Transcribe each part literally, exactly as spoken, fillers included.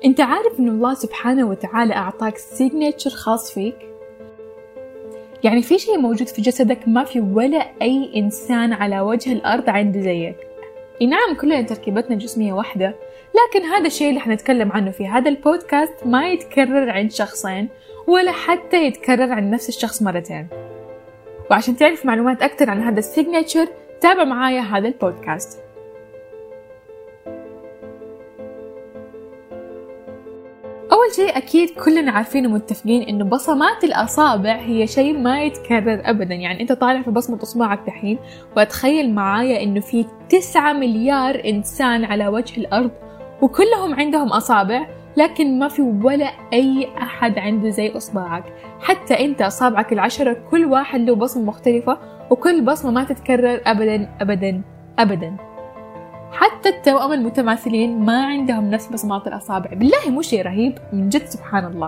انت عارف ان الله سبحانه وتعالى اعطاك سيجنتشر خاص فيك؟ يعني في شيء موجود في جسدك ما في ولا اي انسان على وجه الارض عنده زيك. اي نعم كلنا تركيبتنا الجسمية واحدة، لكن هذا الشيء اللي حنتكلم عنه في هذا البودكاست ما يتكرر عند شخصين ولا حتى يتكرر عند نفس الشخص مرتين. وعشان تعرف معلومات اكثر عن هذا السيجنتشر تابع معايا هذا البودكاست. أول شيء أكيد كلنا عارفين ومتفقين إنه بصمات الأصابع هي شيء ما يتكرر أبدا. يعني أنت طالع في بصمة أصبعك دحين، وأتخيل معايا إنه في تسعة مليار إنسان على وجه الأرض وكلهم عندهم أصابع، لكن ما في ولا أي أحد عنده زي أصبعك. حتى أنت أصابعك العشرة كل واحد له بصمة مختلفة، وكل بصمة ما تتكرر أبدا أبدا أبدا. حتى التوأم المتماثلين ما عندهم نفس بصمات الأصابع. بالله مو شيء رهيب من جد، سبحان الله.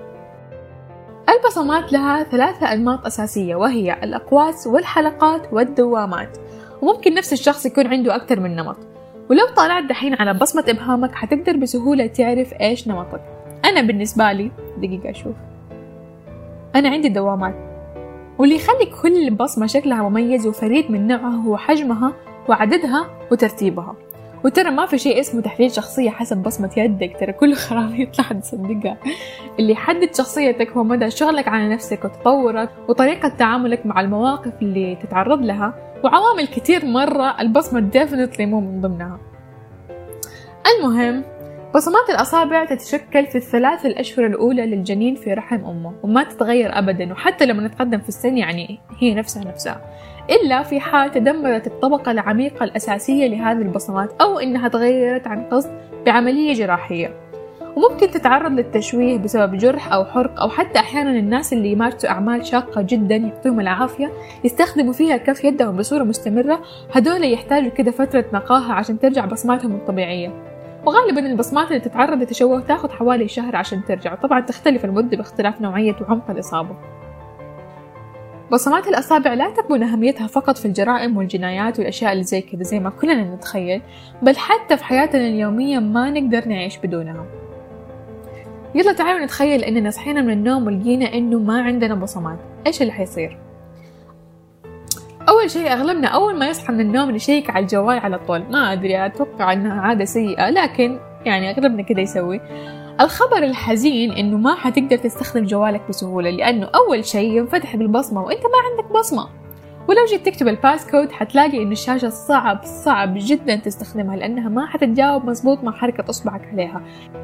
البصمات لها ثلاثة أنماط أساسية، وهي الأقواس والحلقات والدوامات، وممكن نفس الشخص يكون عنده أكثر من نمط. ولو طالعت دحين على بصمة إبهامك حتقدر بسهولة تعرف إيش نمطك. أنا بالنسبة لي دقيقة أشوف، أنا عندي دوامات، واللي يخلي كل بصمة شكلها مميز وفريد من نوعها هو حجمها وعددها وترتيبها. وترى ما في شيء اسمه تحديد شخصية حسب بصمة يدك، ترى كله خرابيط لا حد يصدقها. اللي يحدد شخصيتك هو مدى شغلك على نفسك وتطورك وطريقة تعاملك مع المواقف اللي تتعرض لها، وعوامل كتير مرة البصمة ديفنتلي مو من ضمنها. المهم، بصمات الأصابع تتشكل في الثلاث الأشهر الأولى للجنين في رحم أمه، وما تتغير أبدا، وحتى لما نتقدم في السن يعني هي نفسها نفسها، إلا في حال تدمرت الطبقة العميقة الأساسية لهذه البصمات، أو إنها تغيرت عن قصد بعملية جراحية. وممكن تتعرض للتشويه بسبب جرح أو حرق، أو حتى أحيانا الناس اللي يمارسوا أعمال شاقة جدا يعطيهم العافية يستخدموا فيها كف يدهم بصورة مستمرة، هدول يحتاجوا كده فترة نقاهة عشان ترجع بصماتهم الطبيعية. وغالبا البصمات اللي تتعرض لتشوه تاخد حوالي شهر عشان ترجع، وطبعا تختلف المدة باختلاف نوعية وعمق الإصابة. بصمات الأصابع لا تكمن أهميتها فقط في الجرائم والجنايات والأشياء اللي زي كذا زي ما كلنا نتخيل، بل حتى في حياتنا اليومية ما نقدر نعيش بدونها. يلا تعالوا نتخيل إننا صحينا من النوم ولقينا إنه ما عندنا بصمات، إيش اللي حيصير؟ أول شيء أغلبنا أول ما يصحى من النوم نشيك على الجوال على طول. ما أدري، أتوقع أنها عادة سيئة، لكن يعني أغلبنا كده يسوي. الخبر الحزين إنه ما حتقدر تستخدم جوالك بسهولة، لأنه أول شيء ينفتح بالبصمة وإنت ما عندك بصمة. ولو جيت تكتب الباسكود حتلاقي إنه الشاشة صعب صعب جدا تستخدمها، لأنها ما حتتجاوب مزبوط مع حركة أصبعك عليها.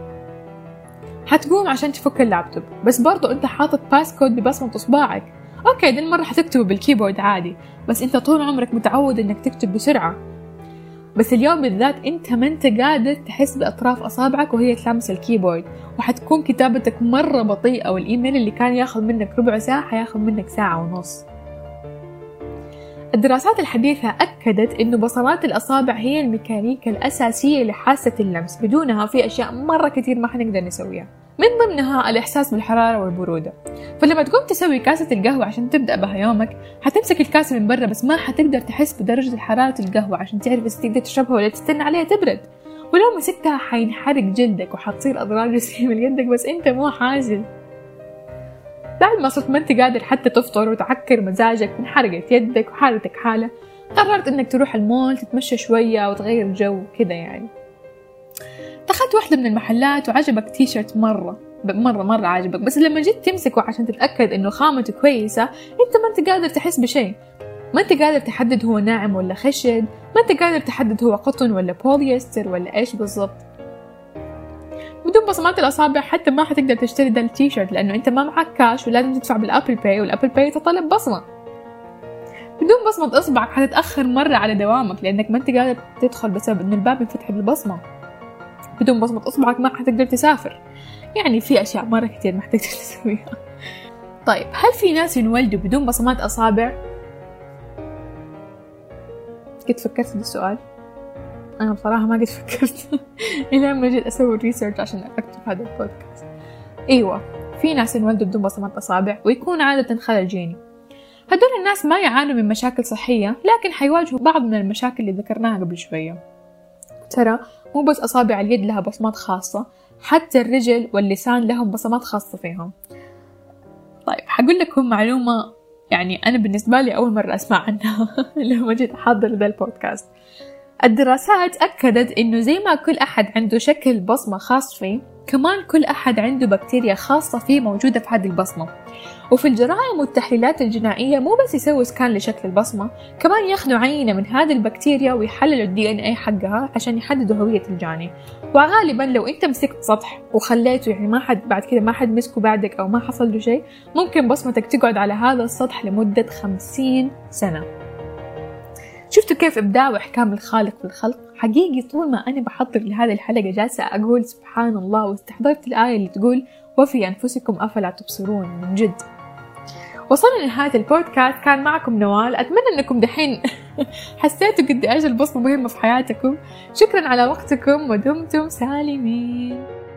حتقوم عشان تفك اللابتوب، بس برضو أنت حاطط باسكود ببصمة أصبعك. أوكي دي المرة حتكتبه بالكيبورد عادي، بس أنت طول عمرك متعود إنك تكتب بسرعة. بس اليوم بالذات أنت ما أنت قادر تحس بأطراف أصابعك وهي تلامس الكيبورد، وحتكون كتابتك مرة بطيئة، والإيميل اللي كان ياخذ منك ربع ساعة حياخذ منك ساعة ونص. الدراسات الحديثة أكدت إنه بصمات الأصابع هي الميكانيكا الأساسية لحاسة اللمس، بدونها في أشياء مرة كتير ما حنقدر نسويها، من ضمنها الإحساس بالحرارة والبرودة. فلما تقوم تسوي كاسة القهوة عشان تبدأ بها يومك، حتمسك الكاسة من برا بس ما حتقدر تحس بدرجة حرارة القهوة عشان تعرف إذا تقدر تشربها ولا تستنى عليها تبرد. ولو مسكتها حينحرق جلدك وحتصير أضرار جسيمة ليدك، بس أنت مو حاسس. بعد ما صرت ما أنت قادر حتى تفطر وتعكر مزاجك من حرقة يدك وحالتك حالة، قررت إنك تروح المول تتمشى شوية وتغير جو كده. يعني دخلت واحدة من المحلات وعجبك تيشيرت مرة مرة مرة عجبك، بس لما جيت تمسكه عشان تتأكد إنه خامته كويسة أنت ما أنت قادر تحس بشيء. ما أنت قادر تحدد هو ناعم ولا خشن، ما أنت قادر تحدد هو قطن ولا بوليستر ولا إيش بالضبط. بدون بصمات الأصابع حتى ما حتقدر تشتري ده التيشيرت، لأنه أنت ما معك كاش ولازم تدفع بالأبل باي، والأبل باي تطلب بصمة. بدون بصمة إصبعك حتتأخر مرة على دوامك، لأنك ما أنت قادر تدخل بسبب إنه الباب ينفتح بالبصمة. بدون بصمة إصبعك ما حتقدر تسافر. يعني في أشياء مرة كتير ما حتقدر تسويها. طيب هل في ناس ينولدوا بدون بصمات أصابع؟ قد فكرت في السؤال؟ أنا بصراحة ما قد فكرت إلى ما جيت أسوي ريسيرش عشان أكتب هذا البودكاست. أيوة في ناس ينولدوا بدون بصمات أصابع، ويكون عادة خلل جيني. هدول الناس ما يعانوا من مشاكل صحية، لكن حيواجهوا بعض من المشاكل اللي ذكرناها قبل شوية. ترى مو بس أصابع اليد لها بصمات خاصة، حتى الرجل واللسان لهم بصمات خاصة فيهم. طيب حقول لكم معلومة يعني أنا بالنسبة لي أول مرة أسمع عنها لما جيت أحضر ذا البودكاست. الدراسات أكدت إنه زي ما كل أحد عنده شكل بصمة خاص فيه، كمان كل أحد عنده بكتيريا خاصة فيه موجودة في هذه البصمة. وفي الجرائم والتحليلات الجنائية مو بس يسووا سكان لشكل البصمة، كمان ياخذوا عينة من هذه البكتيريا ويحللوا الدي ان اي حقها عشان يحددوا هوية الجاني. وغالبا لو انت مسكت سطح وخليته يعني ما حد بعد كده ما حد مسكه بعدك او ما حصل له شيء، ممكن بصمتك تقعد على هذا السطح لمدة خمسين سنة. شفتوا كيف إبداع وإحكام الخالق في الخلق؟ حقيقي طول ما أنا بحضر لهذه الحلقة جالسة أقول سبحان الله، واستحضرت الآية اللي تقول وفي أنفسكم أفلا تبصرون. من جد وصلنا لنهاية البودكاست. كان معكم نوال. أتمنى أنكم دحين حسيتوا قد إيش البصمة مهمة في حياتكم. شكرا على وقتكم ودمتم سالمين.